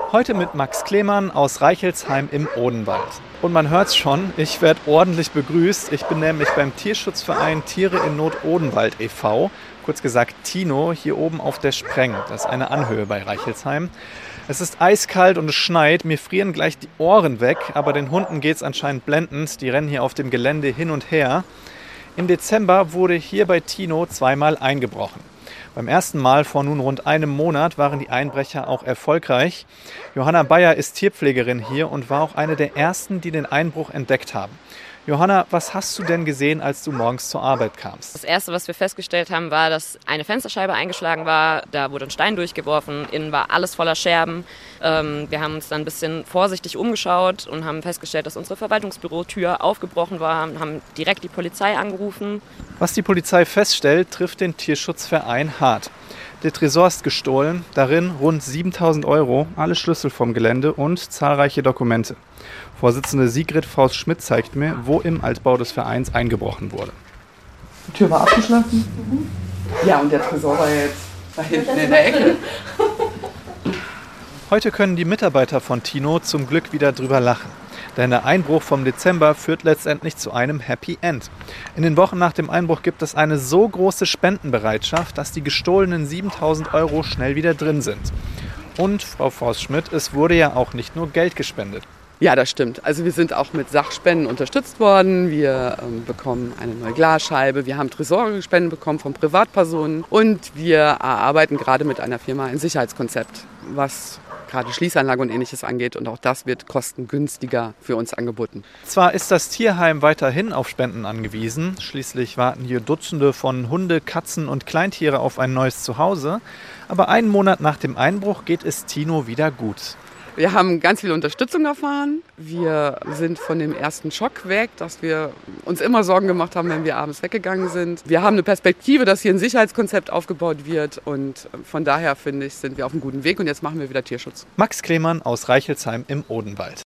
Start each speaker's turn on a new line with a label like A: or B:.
A: Heute mit Max Klemann aus Reichelsheim im Odenwald. Und man hört's schon, ich werde ordentlich begrüßt. Ich bin nämlich beim Tierschutzverein Tiere in Not Odenwald e.V., kurz gesagt Tino, hier oben auf der Spreng. Das ist eine Anhöhe bei Reichelsheim. Es ist eiskalt und es schneit, mir frieren gleich die Ohren weg, aber den Hunden geht's anscheinend blendend. Die rennen hier auf dem Gelände hin und her. Im Dezember wurde hier bei Tino zweimal eingebrochen. Beim ersten Mal vor nun rund einem Monat waren die Einbrecher auch erfolgreich. Johanna Bayer ist Tierpflegerin hier und war auch eine der ersten, die den Einbruch entdeckt haben. Johanna, was hast du denn gesehen, als du morgens zur Arbeit kamst?
B: Das Erste, was wir festgestellt haben, war, dass eine Fensterscheibe eingeschlagen war. Da wurde ein Stein durchgeworfen, innen war alles voller Scherben. Wir haben uns dann ein bisschen vorsichtig umgeschaut und haben festgestellt, dass unsere Verwaltungsbürotür aufgebrochen war, haben direkt die Polizei angerufen.
A: Was die Polizei feststellt, trifft den Tierschutzverein hart. Der Tresor ist gestohlen, darin rund 7.000 €, alle Schlüssel vom Gelände und zahlreiche Dokumente. Vorsitzende Sigrid Faust-Schmidt zeigt mir, wo im Altbau des Vereins eingebrochen wurde.
C: Die Tür war abgeschlossen. Ja, und der Tresor war jetzt da hinten in der Ecke.
A: Heute können die Mitarbeiter von Tino zum Glück wieder drüber lachen. Denn der Einbruch vom Dezember führt letztendlich zu einem Happy End. In den Wochen nach dem Einbruch gibt es eine so große Spendenbereitschaft, dass die gestohlenen 7.000 € schnell wieder drin sind. Und, Frau Faust-Schmidt, es wurde ja auch nicht nur Geld gespendet.
C: Ja, das stimmt. Also wir sind auch mit Sachspenden unterstützt worden. Wir bekommen eine neue Glasscheibe. Wir haben Tresorspenden bekommen von Privatpersonen. Und wir erarbeiten gerade mit einer Firma ein Sicherheitskonzept, was gerade Schließanlage und Ähnliches angeht. Und auch das wird kostengünstiger für uns angeboten.
A: Zwar ist das Tierheim weiterhin auf Spenden angewiesen. Schließlich warten hier Dutzende von Hunde, Katzen und Kleintiere auf ein neues Zuhause. Aber einen Monat nach dem Einbruch geht es Tino wieder gut.
C: Wir haben ganz viel Unterstützung erfahren. Wir sind von dem ersten Schock weg, dass wir uns immer Sorgen gemacht haben, wenn wir abends weggegangen sind. Wir haben eine Perspektive, dass hier ein Sicherheitskonzept aufgebaut wird. Und von daher, finde ich, sind wir auf einem guten Weg. Und jetzt machen wir wieder Tierschutz.
A: Max Klemann aus Reichelsheim im Odenwald.